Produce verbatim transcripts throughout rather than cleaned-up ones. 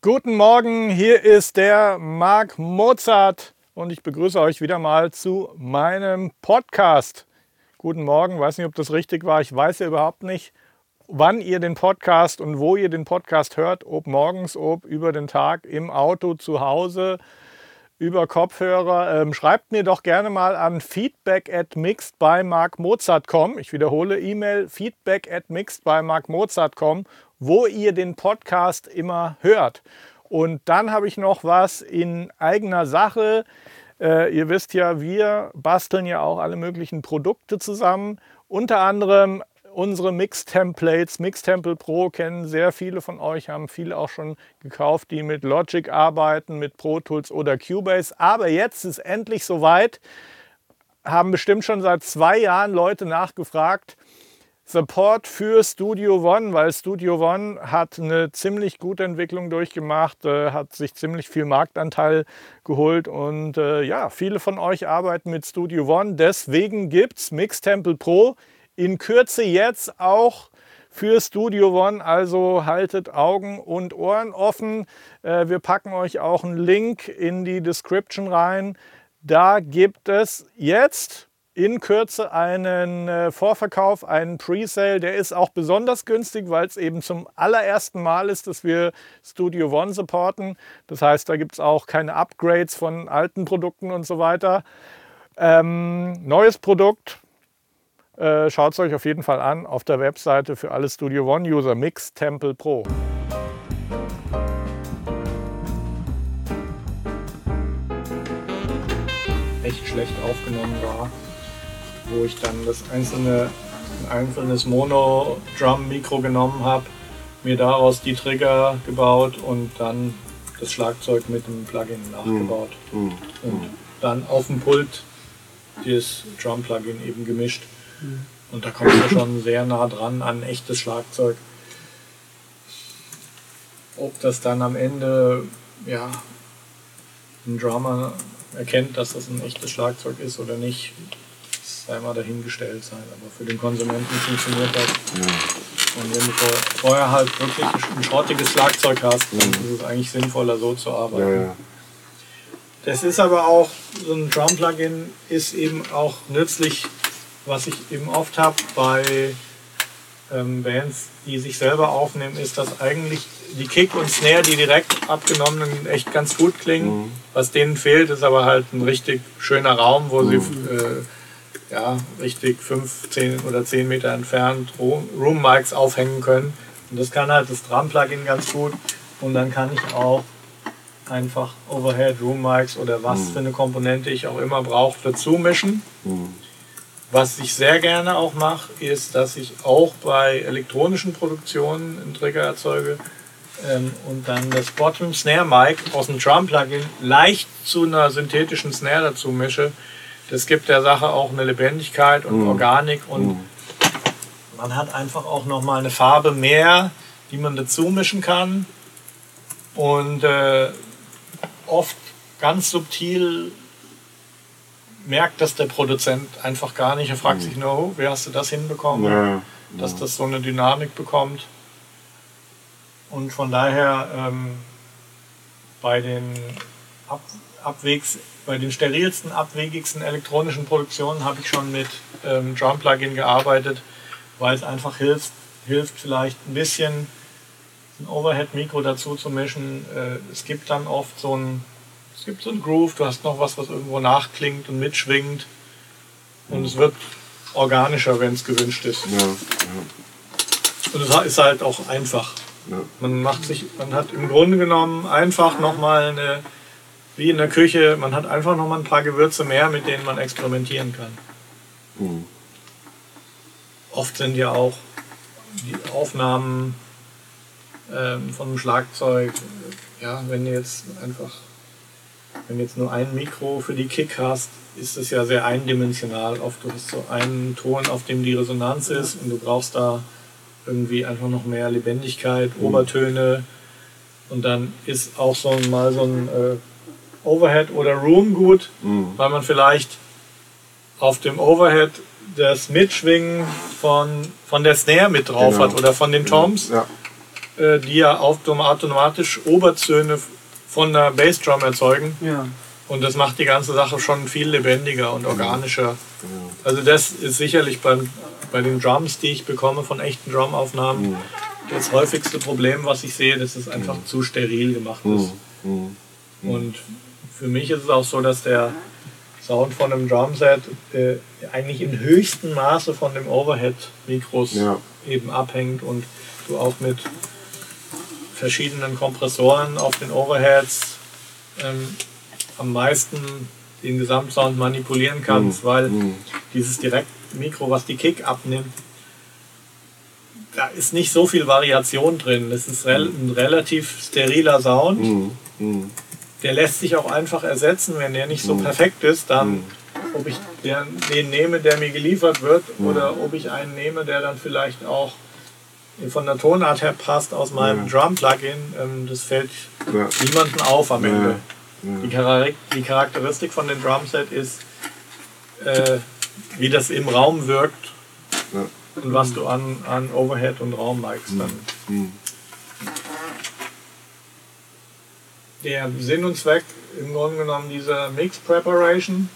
Guten Morgen, hier ist der Marc Mozart und ich begrüße euch wieder mal zu meinem Podcast. Guten Morgen, weiß nicht, ob das richtig war. Ich weiß ja überhaupt nicht, wann ihr den Podcast und wo ihr den Podcast hört. Ob morgens, ob über den Tag, im Auto, zu Hause, über Kopfhörer. Ähm, schreibt mir doch gerne mal an feedback at mixed by marc mozart punkt com. Ich wiederhole, E-Mail feedback at mixed by marc mozart punkt com, wo ihr den Podcast immer hört. Und dann habe ich noch was in eigener Sache. Äh, ihr wisst ja, wir basteln ja auch alle möglichen Produkte zusammen. Unter anderem unsere Mix-Templates. Mix-Temple Pro kennen sehr viele von euch, haben viele auch schon gekauft, die mit Logic arbeiten, mit Pro Tools oder Cubase. Aber jetzt ist endlich soweit, haben bestimmt schon seit zwei Jahren Leute nachgefragt, Support für Studio One, weil Studio One hat eine ziemlich gute Entwicklung durchgemacht, äh, hat sich ziemlich viel Marktanteil geholt und äh, ja, viele von euch arbeiten mit Studio One. Deswegen gibt es Mix-Temple Pro in Kürze jetzt auch für Studio One, also haltet Augen und Ohren offen. Äh, wir packen euch auch einen Link in die Description rein. Da gibt es jetzt in Kürze einen äh, Vorverkauf, einen Presale. Der ist auch besonders günstig, weil es eben zum allerersten Mal ist, dass wir Studio One supporten. Das heißt, da gibt es auch keine Upgrades von alten Produkten und so weiter. Ähm, neues Produkt. Äh, Schaut es euch auf jeden Fall an auf der Webseite für alle Studio One-User, Mix-Temple Pro. Echt schlecht aufgenommen war, wo ich dann das einzelne, ein einzelnes Mono-Drum-Mikro genommen habe, mir daraus die Trigger gebaut und dann das Schlagzeug mit dem Plugin nachgebaut. Mm. Und dann auf dem Pult das Drum-Plugin eben gemischt. Mm. Und da kommt man schon sehr nah dran an echtes Schlagzeug. Ob das dann am Ende, ja, ein Drummer erkennt, dass das ein echtes Schlagzeug ist oder nicht, sei mal dahingestellt sein. Aber für den Konsumenten funktioniert das. Ja. Und wenn du vorher halt wirklich ein schrottiges Schlagzeug hast, dann mhm. ist es eigentlich sinnvoller, so zu arbeiten. Ja, ja. Das ist aber auch, so ein Drum-Plugin ist eben auch nützlich, was ich eben oft habe bei ähm, Bands, die sich selber aufnehmen, ist, dass eigentlich die Kick und Snare, die direkt abgenommenen, echt ganz gut klingen. Mhm. Was denen fehlt, ist aber halt ein richtig schöner Raum, wo mhm. sie äh, ja, richtig fünf, zehn oder zehn Meter entfernt Room Mics aufhängen können. Und das kann halt das Drum-Plugin ganz gut. Und dann kann ich auch einfach Overhead, Room Mics oder was mhm. für eine Komponente ich auch immer brauche, dazu mischen. Mhm. Was ich sehr gerne auch mache, ist, dass ich auch bei elektronischen Produktionen einen Trigger erzeuge ähm, und dann das Bottom Snare Mic aus dem Drum-Plugin leicht zu einer synthetischen Snare dazu mische. Das gibt der Sache auch eine Lebendigkeit und mm. Organik und mm. man hat einfach auch nochmal eine Farbe mehr, die man dazu mischen kann und äh, oft ganz subtil merkt das der Produzent einfach gar nicht. Er fragt mm. sich nur, oh, wie hast du das hinbekommen, ja, ja. dass das so eine Dynamik bekommt. Und von daher ähm, bei den Ab Abwegs Bei den sterilsten, abwegigsten elektronischen Produktionen habe ich schon mit ähm, Drum-Plugin gearbeitet, weil es einfach hilft, hilft vielleicht ein bisschen ein Overhead-Mikro dazu zu mischen. Äh, es gibt dann oft so ein, es gibt so ein Groove, du hast noch was, was irgendwo nachklingt und mitschwingt und es wird organischer, wenn es gewünscht ist. Ja, ja. Und es ist halt auch einfach. Ja. Man macht sich, man hat im Grunde genommen einfach nochmal eine, wie in der Küche, man hat einfach noch mal ein paar Gewürze mehr, mit denen man experimentieren kann. Mhm. Oft sind ja auch die Aufnahmen ähm, von einem Schlagzeug, ja, wenn du jetzt einfach, wenn du jetzt nur ein Mikro für die Kick hast, ist es ja sehr eindimensional. Oft du hast so einen Ton, auf dem die Resonanz ist und du brauchst da irgendwie einfach noch mehr Lebendigkeit, mhm. Obertöne und dann ist auch so mal so ein äh, Overhead oder Room gut, mhm. weil man vielleicht auf dem Overhead das Mitschwingen von, von der Snare mit drauf genau. hat oder von den Toms. Ja. äh, die ja automatisch Obertöne von der Bassdrum erzeugen. Ja. Und das macht die ganze Sache schon viel lebendiger und organischer. Also das ist sicherlich beim, bei den Drums, die ich bekomme von echten Drumaufnahmen, mhm. das häufigste Problem, was ich sehe, dass es einfach mhm. zu steril gemacht ist. Mhm. Mhm. Und für mich ist es auch so, dass der Sound von einem Drumset äh, eigentlich im höchsten Maße von dem Overhead-Mikros ja. eben abhängt und du auch mit verschiedenen Kompressoren auf den Overheads ähm, am meisten den Gesamtsound manipulieren kannst, mm. weil mm. dieses Direktmikro, was die Kick abnimmt, da ist nicht so viel Variation drin. Das ist rel ein relativ steriler Sound. Mm. Mm. Der lässt sich auch einfach ersetzen, wenn der nicht so mm. perfekt ist, dann mm. ob ich den, den nehme, der mir geliefert wird, mm. oder ob ich einen nehme, der dann vielleicht auch von der Tonart her passt aus meinem ja. Drum-Plugin, ähm, das fällt ja. niemandem auf am Ende. Ja. Ja. Die, Charak die Charakteristik von dem Drumset ist, äh, wie das im Raum wirkt ja. und was du an, an Overhead und Raummics dann. Mhm. Der Sinn und Zweck im Grunde genommen dieser Mix Preparation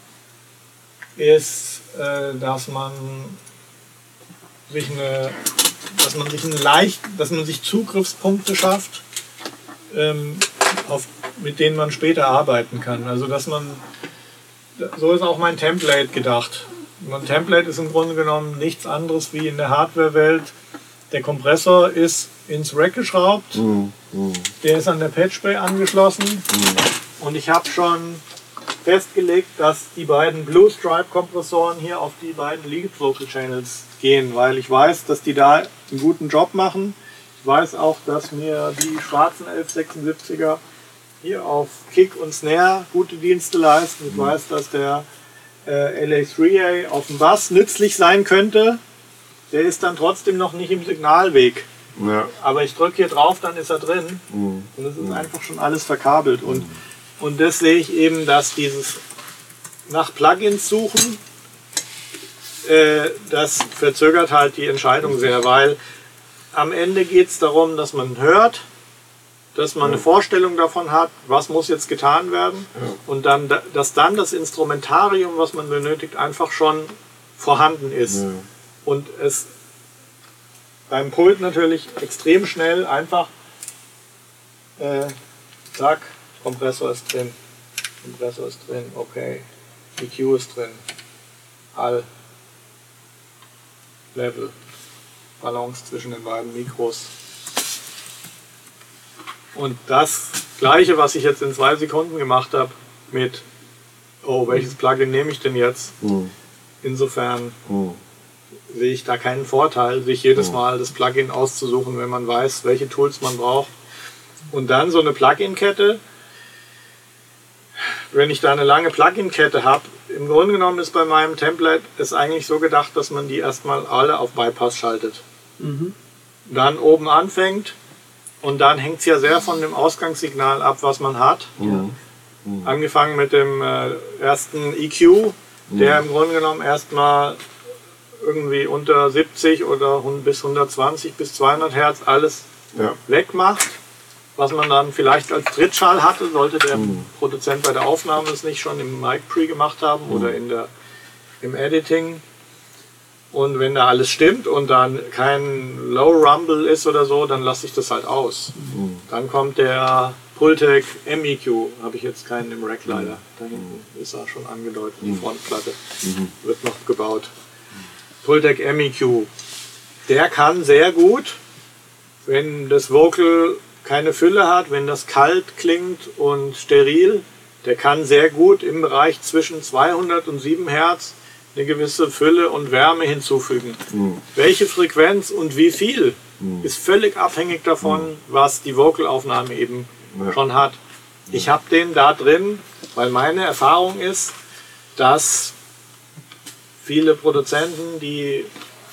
ist, äh, dass man sich eine, dass man sich ein leicht, dass man sich Zugriffspunkte schafft, ähm, auf mit denen man später arbeiten kann. Also dass man, so ist auch mein Template gedacht. Mein Template ist im Grunde genommen nichts anderes wie in der Hardware-Welt. Der Kompressor ist ins Rack geschraubt, mm, mm. der ist an der Patchbay angeschlossen mm. und ich habe schon festgelegt, dass die beiden Blue Stripe-Kompressoren hier auf die beiden Lead Vocal Channels gehen, weil ich weiß, dass die da einen guten Job machen. Ich weiß auch, dass mir die schwarzen elf sechsundsiebziger hier auf Kick und Snare gute Dienste leisten. Ich weiß, dass der äh, L A drei A auf dem Bass nützlich sein könnte. Der ist dann trotzdem noch nicht im Signalweg. Ja. Aber ich drücke hier drauf, dann ist er drin. Mhm. Und es ist mhm. einfach schon alles verkabelt. Und, mhm. und das sehe ich eben, dass dieses nach Plugins suchen, äh, das verzögert halt die Entscheidung sehr, weil am Ende geht es darum, dass man hört, dass man eine Vorstellung davon hat, was muss jetzt getan werden ja. und dann, dass dann das Instrumentarium, was man benötigt, einfach schon vorhanden ist. Ja. Und es beim Pult natürlich extrem schnell einfach äh, zack, Kompressor ist drin, Kompressor ist drin, okay, E Q ist drin, All, Level, Balance zwischen den beiden Mikros. Und das Gleiche, was ich jetzt in zwei Sekunden gemacht habe, mit, oh, welches Plugin nehme ich denn jetzt? Mhm. Insofern mhm. sehe ich da keinen Vorteil, sich jedes mhm. Mal das Plugin auszusuchen, wenn man weiß, welche Tools man braucht. Und dann so eine Plugin-Kette, wenn ich da eine lange Plugin-Kette habe, im Grunde genommen ist bei meinem Template es eigentlich so gedacht, dass man die erstmal alle auf Bypass schaltet. Mhm. Dann oben anfängt. Und dann hängt es ja sehr von dem Ausgangssignal ab, was man hat. Mhm. Mhm. Angefangen mit dem äh, ersten E Q, mhm. der im Grunde genommen erstmal irgendwie unter siebzig oder bis hundertzwanzig bis zweihundert Hertz alles ja. wegmacht. Was man dann vielleicht als Trittschall hatte, sollte der mhm. Produzent bei der Aufnahme es nicht schon im Mic Pre gemacht haben mhm. oder in der, im Editing. Und wenn da alles stimmt und dann kein Low Rumble ist oder so, dann lasse ich das halt aus. Mhm. Dann kommt der Pultec M E Q, habe ich jetzt keinen im Rack leider. Da hinten ist er schon angedeutet, die Frontplatte mhm. wird noch gebaut. Pultec M E Q, der kann sehr gut, wenn das Vocal keine Fülle hat, wenn das kalt klingt und steril, der kann sehr gut im Bereich zwischen zweihundert und sieben Hertz eine gewisse Fülle und Wärme hinzufügen. Mhm. Welche Frequenz und wie viel mhm. ist völlig abhängig davon, mhm. was die Vocalaufnahme eben ja. schon hat. Ich habe den da drin, weil meine Erfahrung ist, dass viele Produzenten, die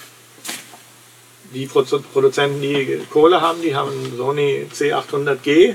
die Produzenten, die Kohle haben, die haben einen Sony C achthundert G,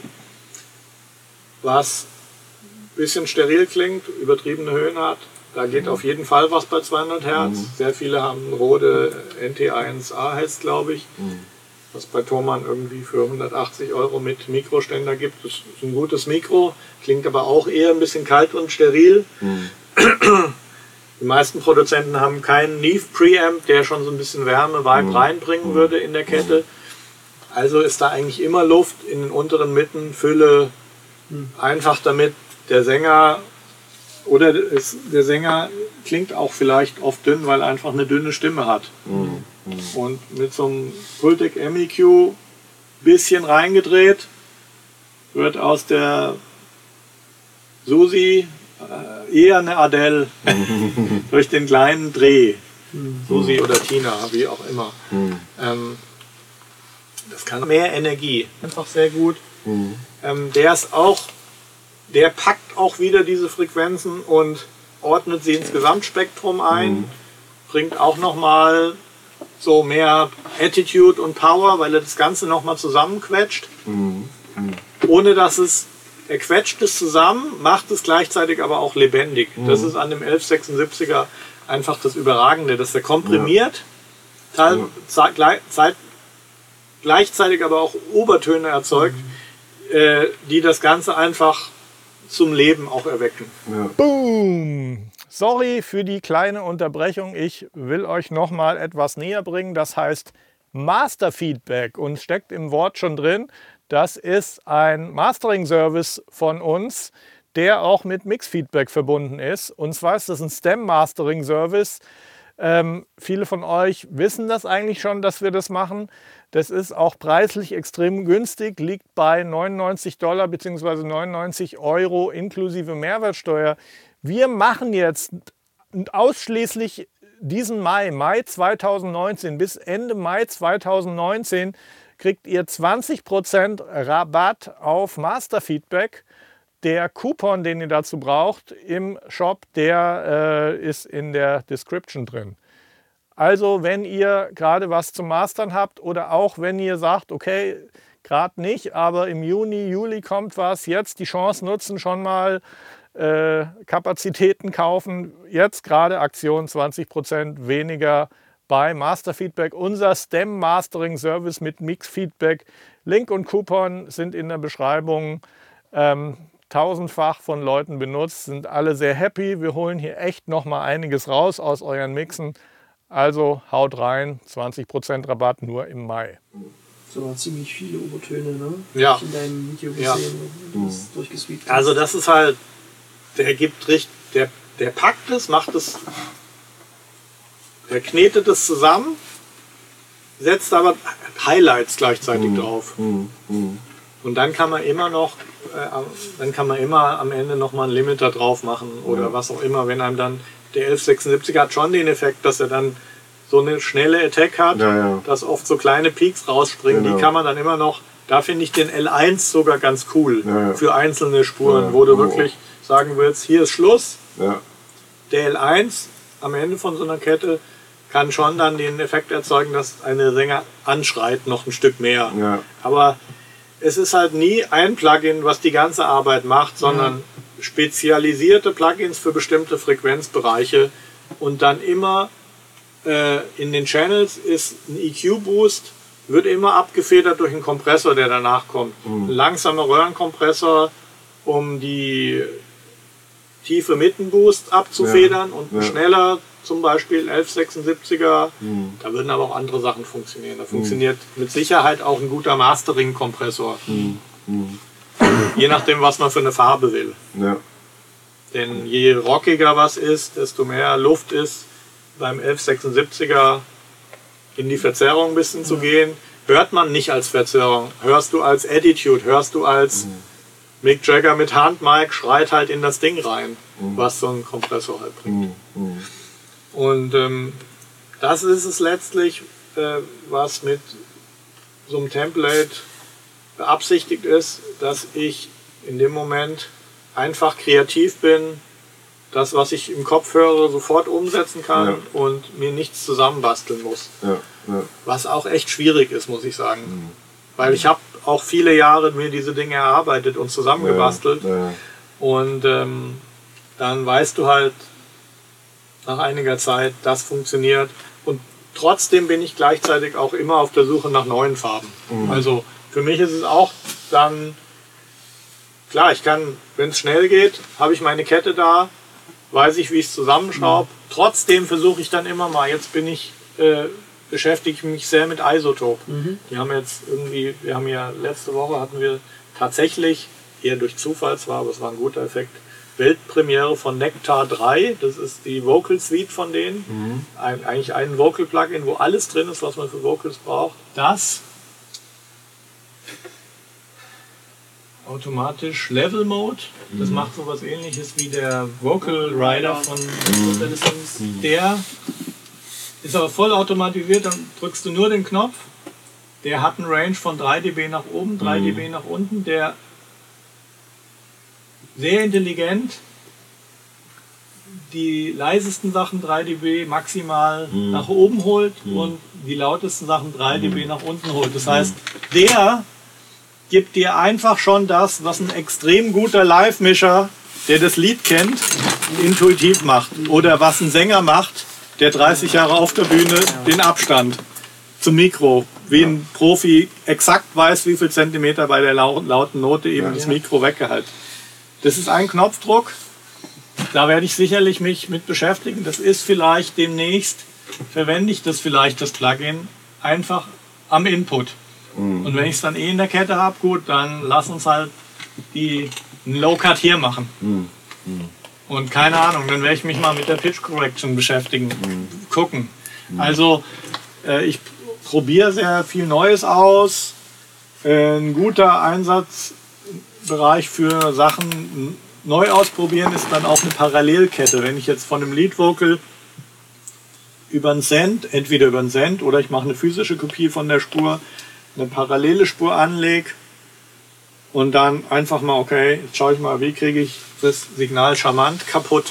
was ein bisschen steril klingt, übertriebene Höhen hat. Da geht auf jeden Fall was bei zweihundert Hertz. Mhm. Sehr viele haben Rode N T eins A heißt, glaube ich. Mhm. was bei Thomann irgendwie für hundertachtzig Euro mit Mikroständer gibt. Das ist ein gutes Mikro, klingt aber auch eher ein bisschen kalt und steril. Mhm. Die meisten Produzenten haben keinen Neve Preamp, der schon so ein bisschen Wärme, Vibe mhm. reinbringen würde in der Kette. Also ist da eigentlich immer Luft in den unteren Mitten, Fülle, mhm. einfach damit der Sänger oder ist, der Sänger klingt auch vielleicht oft dünn, weil er einfach eine dünne Stimme hat. Mhm. Und mit so einem Pultec M E Q bisschen reingedreht, wird aus der Susi äh, eher eine Adele durch den kleinen Dreh. Mhm. Susi oder Tina, wie auch immer. Mhm. Ähm, das kann mehr Energie, einfach sehr gut. Mhm. Ähm, der ist auch, der packt auch wieder diese Frequenzen und ordnet sie ins Gesamtspektrum ein, mhm. bringt auch nochmal so mehr Attitude und Power, weil er das Ganze nochmal zusammenquetscht. Mhm. Mhm. Ohne dass es, er quetscht es zusammen, macht es gleichzeitig aber auch lebendig. Mhm. Das ist an dem elf sechsundsiebziger einfach das Überragende, dass er komprimiert, ja. Zeit, Zeit, gleichzeitig aber auch Obertöne erzeugt, mhm. äh, die das Ganze einfach zum Leben auch erwecken. Ja. Boom! Sorry für die kleine Unterbrechung. Ich will euch noch mal etwas näher bringen. Das heißt Master Feedback und steckt im Wort schon drin. Das ist ein Mastering-Service von uns, der auch mit Mix-Feedback verbunden ist. Und zwar ist das ein Stem-Mastering-Service. Ähm, viele von euch wissen das eigentlich schon, dass wir das machen. Das ist auch preislich extrem günstig, liegt bei neunundneunzig Dollar bzw. neunundneunzig Euro inklusive Mehrwertsteuer. Wir machen jetzt ausschließlich diesen Mai, Mai zweitausendneunzehn, bis Ende Mai zweitausendneunzehn kriegt ihr zwanzig Prozent Rabatt auf Master Feedback. Der Coupon, den ihr dazu braucht im Shop, der äh, ist in der Description drin. Also wenn ihr gerade was zum Mastern habt oder auch wenn ihr sagt, okay, gerade nicht, aber im Juni, Juli kommt was, jetzt die Chance nutzen, schon mal äh, Kapazitäten kaufen. Jetzt gerade Aktion zwanzig Prozent weniger bei Master Feedback, unser Stem Mastering Service mit Mix Feedback. Link und Coupon sind in der Beschreibung. Ähm, tausendfach von Leuten benutzt, sind alle sehr happy. Wir holen hier echt noch mal einiges raus aus euren Mixen. Also haut rein, zwanzig Prozent Rabatt nur im Mai. So ziemlich viele Obertöne, ne? Ja. Hab ich in deinem Video gesehen, ja. du das durchgesweept hast. Also das ist halt, der gibt richtig, der, der packt es, macht es, der knetet es zusammen, setzt aber Highlights gleichzeitig mhm. drauf. Mhm. Mhm. Und dann kann man immer noch, äh, dann kann man immer am Ende noch mal einen Limiter drauf machen oder mhm. was auch immer, wenn einem dann der elf sechsundsiebziger hat schon den Effekt, dass er dann so eine schnelle Attack hat, ja, ja. dass oft so kleine Peaks rausspringen, genau. Die kann man dann immer noch, da finde ich den L eins sogar ganz cool ja, ja. für einzelne Spuren, ja, wo du oh. wirklich sagen willst, hier ist Schluss. Ja. Der L eins am Ende von so einer Kette kann schon dann den Effekt erzeugen, dass eine Sänger anschreit noch ein Stück mehr. Ja. Aber es ist halt nie ein Plugin, was die ganze Arbeit macht, sondern mhm. spezialisierte Plugins für bestimmte Frequenzbereiche und dann immer äh, in den Channels ist ein E Q-Boost, wird immer abgefedert durch einen Kompressor, der danach kommt. Mhm. Ein langsamer Röhrenkompressor, um die tiefe Mittenboost abzufedern ja. und ein ja. schneller, zum Beispiel elf sechsundsiebziger, mhm. da würden aber auch andere Sachen funktionieren. Da mhm. funktioniert mit Sicherheit auch ein guter Mastering-Kompressor. Mhm. Mhm. Je nachdem, was man für eine Farbe will. Ja. Denn je rockiger was ist, desto mehr Luft ist beim elf sechsundsiebziger in die Verzerrung ein bisschen ja. zu gehen. Hört man nicht als Verzerrung, hörst du als Attitude, hörst du als mhm. Mick Jagger mit Handmic schreit halt in das Ding rein, mhm. was so ein Kompressor halt bringt. Mhm. Und ähm, das ist es letztlich, äh, was mit so einem Template beabsichtigt ist, dass ich in dem Moment einfach kreativ bin, das, was ich im Kopf höre, sofort umsetzen kann ja. und mir nichts zusammenbasteln muss. Ja, ja. Was auch echt schwierig ist, muss ich sagen. Mhm. Weil ich habe auch viele Jahre mir diese Dinge erarbeitet und zusammengebastelt. Ja, ja. Und ähm, dann weißt du halt nach einiger Zeit, das funktioniert. Und trotzdem bin ich gleichzeitig auch immer auf der Suche nach neuen Farben. Mhm. Also für mich ist es auch dann, klar, ich kann, wenn es schnell geht, habe ich meine Kette da, weiß ich, wie ich es zusammenschraube. Mhm. Trotzdem versuche ich dann immer mal, jetzt bin ich, äh, beschäftige ich mich sehr mit Isotop. Mhm. Die haben jetzt irgendwie, wir haben ja letzte Woche hatten wir tatsächlich, eher durch Zufall zwar, aber es war ein guter Effekt, Weltpremiere von Nectar drei, das ist die Vocal Suite von denen. Mhm. Ein, eigentlich ein Vocal Plugin, wo alles drin ist, was man für Vocals braucht. Das automatisch Level Mode, das mhm. macht so was ähnliches wie der Vocal Rider von mhm. Der ist aber voll automatisiert, dann drückst du nur den Knopf. Der hat einen Range von drei Dezibel nach oben, drei mhm. Dezibel nach unten. Der sehr intelligent die leisesten Sachen drei Dezibel maximal mhm. nach oben holt mhm. und die lautesten Sachen drei Dezibel mhm. nach unten holt. Das heißt, der gibt dir einfach schon das, was ein extrem guter Live-Mischer, der das Lied kennt, intuitiv macht. Oder was ein Sänger macht, der dreißig Jahre auf der Bühne den Abstand zum Mikro, wie ein Profi exakt weiß, wie viel Zentimeter bei der lauten Note eben ja, das Mikro weggehalten. Das ist ein Knopfdruck, da werde ich sicherlich mich mit beschäftigen. Das ist vielleicht demnächst, verwende ich das vielleicht, das Plugin, einfach am Input. Mhm. Und wenn ich es dann eh in der Kette habe, gut, dann lass uns halt die einen Low-Cut hier machen. Mhm. Mhm. Und keine Ahnung, dann werde ich mich mal mit der Pitch Correction beschäftigen, mhm. gucken. Mhm. Also äh, ich probiere sehr viel Neues aus. Äh, ein guter Einsatzbereich für Sachen neu ausprobieren ist dann auch eine Parallelkette. Wenn ich jetzt von einem Lead Vocal über einen Send, entweder über einen Send oder ich mache eine physische Kopie von der Spur, eine parallele Spur anlege und dann einfach mal, okay, jetzt schaue ich mal, wie kriege ich das Signal charmant kaputt.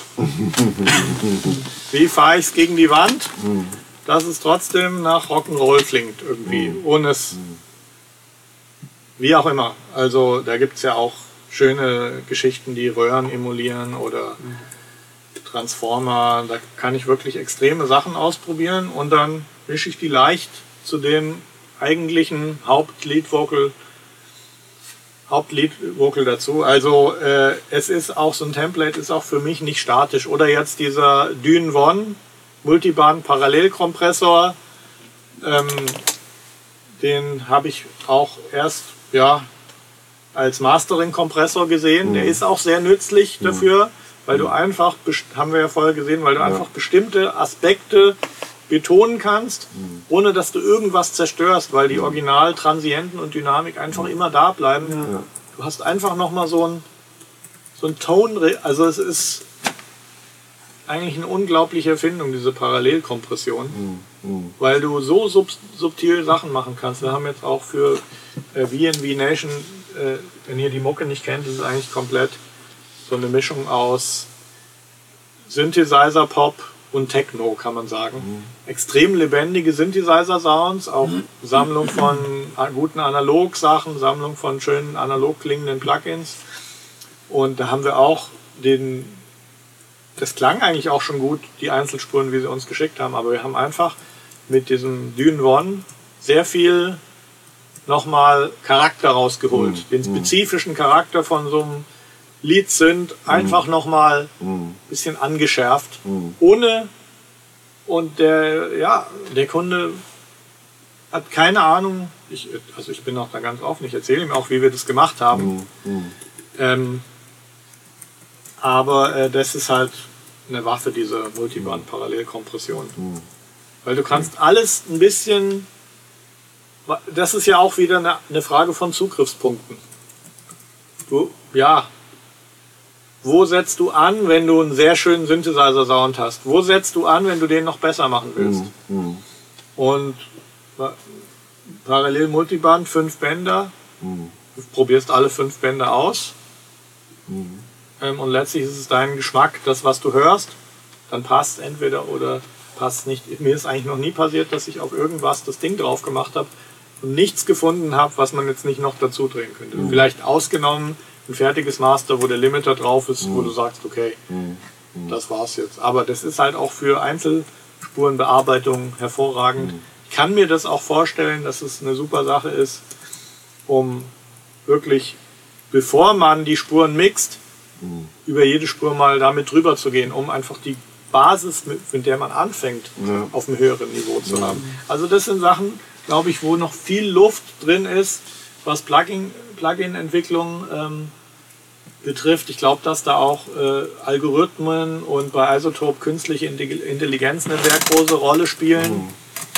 Wie fahre ich es gegen die Wand, dass es trotzdem nach Rock'n'Roll klingt irgendwie, ohne es, wie auch immer. Also da gibt es ja auch schöne Geschichten, die Röhren emulieren oder Transformer. Da kann ich wirklich extreme Sachen ausprobieren und dann mische ich die leicht zu dem eigentlichen Haupt-Lead-Vocal Haupt-Lead-Vocal dazu. Also äh, es ist auch so ein Template, ist auch für mich nicht statisch. Oder jetzt dieser Dune One Multiband Parallelkompressor, ähm, den habe ich auch erst ja als Mastering-Kompressor gesehen. Mhm. Der ist auch sehr nützlich mhm. dafür, weil du einfach, haben wir ja vorher gesehen, weil du ja. einfach bestimmte Aspekte betonen kannst, mhm. ohne dass du irgendwas zerstörst, weil die Original-Transienten und Dynamik einfach immer da bleiben. Ja. Du hast einfach nochmal so ein, so ein Tone, also es ist eigentlich eine unglaubliche Erfindung, diese Parallelkompression, mhm. weil du so sub subtil Sachen machen kannst. Wir haben jetzt auch für äh, V and V Nation, äh, wenn ihr die Mucke nicht kennt, das ist eigentlich komplett so eine Mischung aus Synthesizer, Pop und Techno, kann man sagen. Mhm. Extrem lebendige Synthesizer-Sounds, auch mhm. Sammlung von guten Analog-Sachen, Sammlung von schönen analog klingenden Plugins. Und da haben wir auch den, das klang eigentlich auch schon gut, die Einzelspuren, wie sie uns geschickt haben, aber wir haben einfach mit diesem Dune One sehr viel nochmal Charakter rausgeholt. Mhm. Den spezifischen Charakter von so einem Lied sind einfach mm. nochmal ein bisschen angeschärft, mm. ohne, und der, ja, der Kunde hat keine Ahnung, ich, also ich bin auch da ganz offen, ich erzähle ihm auch, wie wir das gemacht haben, mm. ähm, aber äh, das ist halt eine Waffe, diese Multiband-Parallelkompression, mm. weil du kannst alles ein bisschen, das ist ja auch wieder eine, eine Frage von Zugriffspunkten. Du, ja, wo setzt du an, wenn du einen sehr schönen Synthesizer-Sound hast? Wo setzt du an, wenn du den noch besser machen willst? Mhm. Und parallel Multiband, fünf Bänder. Mhm. Du probierst alle fünf Bänder aus. Mhm. Ähm, und letztlich ist es dein Geschmack, das, was du hörst. Dann passt entweder oder passt nicht. Mir ist eigentlich noch nie passiert, dass ich auf irgendwas das Ding drauf gemacht habe und nichts gefunden habe, was man jetzt nicht noch dazu drehen könnte. Mhm. Vielleicht ausgenommen ein fertiges Master, wo der Limiter drauf ist, mhm. wo du sagst, okay, mhm. das war's jetzt. Aber das ist halt auch für Einzel, Spurenbearbeitung hervorragend. Mhm. Ich kann mir das auch vorstellen, dass es eine super Sache ist, um wirklich, bevor man die Spuren mixt, mhm. über jede Spur mal damit drüber zu gehen, um einfach die Basis, mit, mit der man anfängt, ja. auf einem höheren Niveau zu ja. haben. Also das sind Sachen, glaube ich, wo noch viel Luft drin ist, was Plugin, Plugin-Entwicklung ähm, betrifft. Ich glaube, dass da auch äh, Algorithmen und bei Isotope künstliche Intelligenz eine sehr große Rolle spielen. Mhm.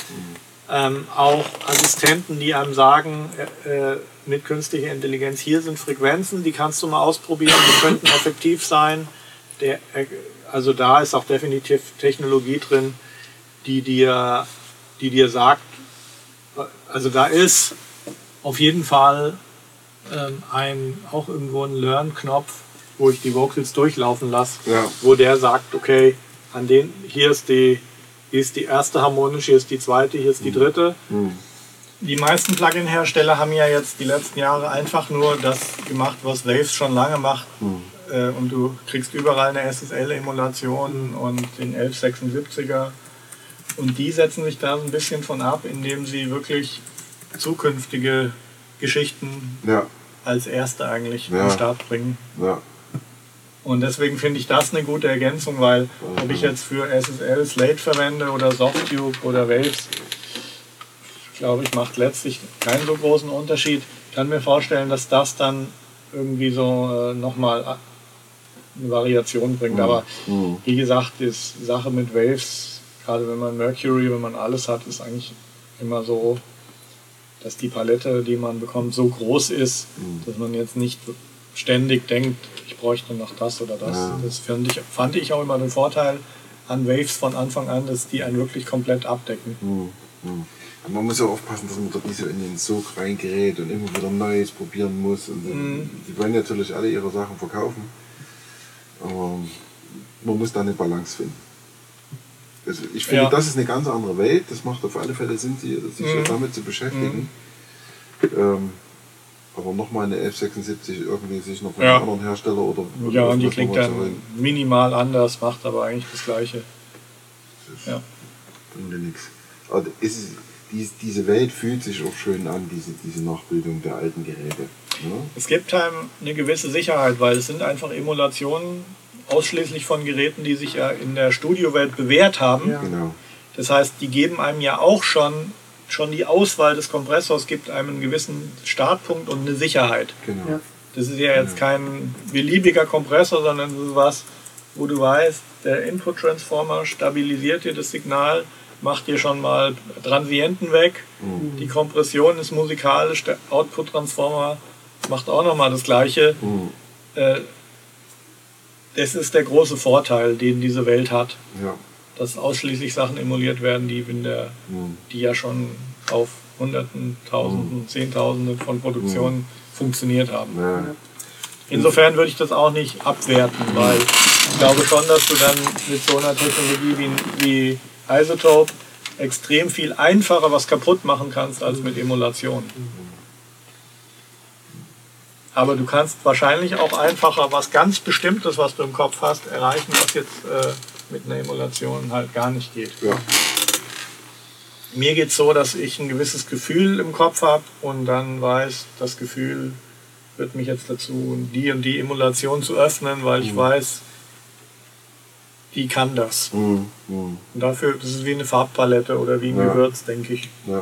Ähm, auch Assistenten, die einem sagen, äh, mit künstlicher Intelligenz, hier sind Frequenzen, die kannst du mal ausprobieren, die könnten effektiv sein. Der, äh, also da ist auch definitiv Technologie drin, die dir, die dir sagt, also da ist auf jeden Fall ähm, ein, auch irgendwo ein Learn-Knopf, wo ich die Vocals durchlaufen lasse, ja. wo der sagt, okay, an den, hier ist die Hier ist die erste harmonische, hier ist die zweite, hier ist die dritte. Mhm. Die meisten Plugin-Hersteller haben ja jetzt die letzten Jahre einfach nur das gemacht, was Waves schon lange macht. Mhm. Äh, und du kriegst überall eine S S L-Emulation mhm. und den elf sechsundsiebziger. Und die setzen sich da ein bisschen von ab, indem sie wirklich zukünftige Geschichten ja. als erste eigentlich ja. an den Start bringen. Ja. Und deswegen finde ich das eine gute Ergänzung, weil ob ich jetzt für S S L Slate verwende oder Softtube oder Waves, glaube ich, macht letztlich keinen so großen Unterschied. Ich kann mir vorstellen, dass das dann irgendwie so äh, nochmal eine Variation bringt. Mhm. Aber wie gesagt, die Sache mit Waves, gerade wenn man Mercury, wenn man alles hat, ist eigentlich immer so, dass die Palette, die man bekommt, so groß ist, mhm. dass man jetzt nicht ständig denkt, ich bräuchte noch das oder das. Ja. Das fand ich, fand ich auch immer den Vorteil an Waves von Anfang an, dass die einen wirklich komplett abdecken. Hm, hm. Man muss ja aufpassen, dass man dort nicht so in den Sog reingerät und immer wieder Neues probieren muss. Und hm. Die wollen natürlich alle ihre Sachen verkaufen, aber man muss da eine Balance finden. Also ich finde, ja. das ist eine ganz andere Welt. Das macht auf alle Fälle Sinn, sich hm. damit zu beschäftigen. Hm. Ähm, Aber nochmal eine elf sechsundsiebzig irgendwie sich noch von ja. einem anderen Hersteller oder... Ja, und die klingt dann minimal anders, macht aber eigentlich das Gleiche. Das ja. bringt ja nichts. Aber ist, dies, diese Welt fühlt sich auch schön an, diese, diese Nachbildung der alten Geräte. Ja? Es gibt einem eine gewisse Sicherheit, weil es sind einfach Emulationen ausschließlich von Geräten, die sich ja in der Studiowelt bewährt haben. Ja. Genau. Das heißt, die geben einem ja auch schon... Schon die Auswahl des Kompressors gibt einem einen gewissen Startpunkt und eine Sicherheit. Genau. Ja. Das ist ja jetzt kein beliebiger Kompressor, sondern das ist was, wo du weißt, der Input-Transformer stabilisiert dir das Signal, macht dir schon mal Transienten weg. Mhm. Die Kompression ist musikalisch, der Output-Transformer macht auch nochmal das Gleiche. Mhm. Das ist der große Vorteil, den diese Welt hat. Ja. Dass ausschließlich Sachen emuliert werden, die, in der, mhm. die ja schon auf Hunderten, Tausenden, mhm. Zehntausenden von Produktionen mhm. funktioniert haben. Ja. Insofern würde ich das auch nicht abwerten, weil ich glaube schon, dass du dann mit so einer Technologie wie, wie Isotope extrem viel einfacher was kaputt machen kannst als mit Emulation. Aber du kannst wahrscheinlich auch einfacher was ganz Bestimmtes, was du im Kopf hast, erreichen, was jetzt... Äh, mit einer Emulation halt gar nicht geht. Ja. Mir geht es so, dass ich ein gewisses Gefühl im Kopf habe und dann weiß, das Gefühl wird mich jetzt dazu, die und die Emulation zu öffnen, weil mhm. ich weiß, die kann das. Mhm. Mhm. Und dafür, das ist wie eine Farbpalette oder wie ein ja. Gewürz, denke ich. Ja.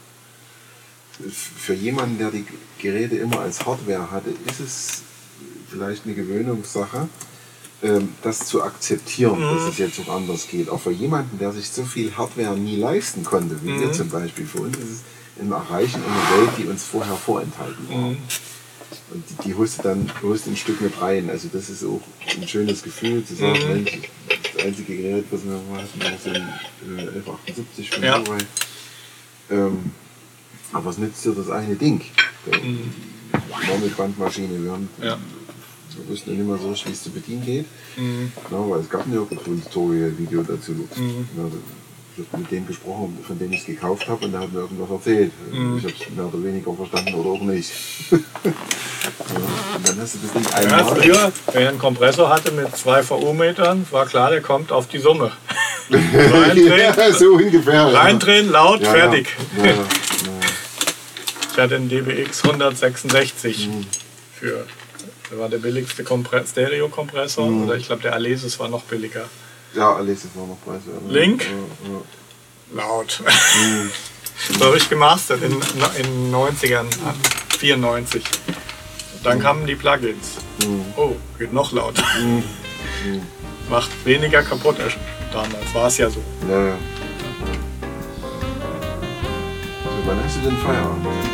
Für jemanden, der die Geräte immer als Hardware hatte, ist es vielleicht eine Gewöhnungssache, das zu akzeptieren, mhm. dass es jetzt auch anders geht. Auch für jemanden, der sich so viel Hardware nie leisten konnte, wie mhm. wir zum Beispiel. Für uns ist es ein Erreichen einer Welt, die uns vorher vorenthalten war. Mhm. Und die, die holst du dann holst ein Stück mit rein. Also das ist auch ein schönes Gefühl, zu sagen, mhm. Mensch, das einzige Gerät, was wir hatten, war so ein äh, elf achtundsiebzig von ja. Huawei. Ähm, aber was nützt dir das eine Ding? Mhm. Bandmaschine, wir haben ja. wir wussten ja nicht mehr so, wie es zu bedienen geht. Mhm. Ja, weil es gab ein Tutorial-Video dazu. Mhm. Ja, ich habe mit dem gesprochen, von dem ich es gekauft habe, und der hat mir irgendwas erzählt. Mhm. Ich habe es mehr oder weniger verstanden oder auch nicht. Ja, und dann hast du das Ding einmal. Ja, früher, wer einen Kompressor hatte mit zwei V U-Metern, war klar, der kommt auf die Summe. Reindrehen, Ja, so ungefähr. Ja. reindrehen laut, Ja, fertig. Ja, ja, ja. Ich hatte einen D B X hundertsechsundsechzig Mhm. für. Der war der billigste Kompre- Stereo-Kompressor. Mhm. Oder ich glaube, der Alesis war noch billiger. Ja, Alesis war noch preiswert. Link? Ja, ja. Laut. Mhm. So habe ich gemastert in den neunzigern, vierundneunzig. Und dann kamen die Plugins. Mhm. Oh, geht noch lauter. Mhm. Macht weniger kaputt. als Damals war es ja so. Ja, ja. So, wann hast du denn Feierabend?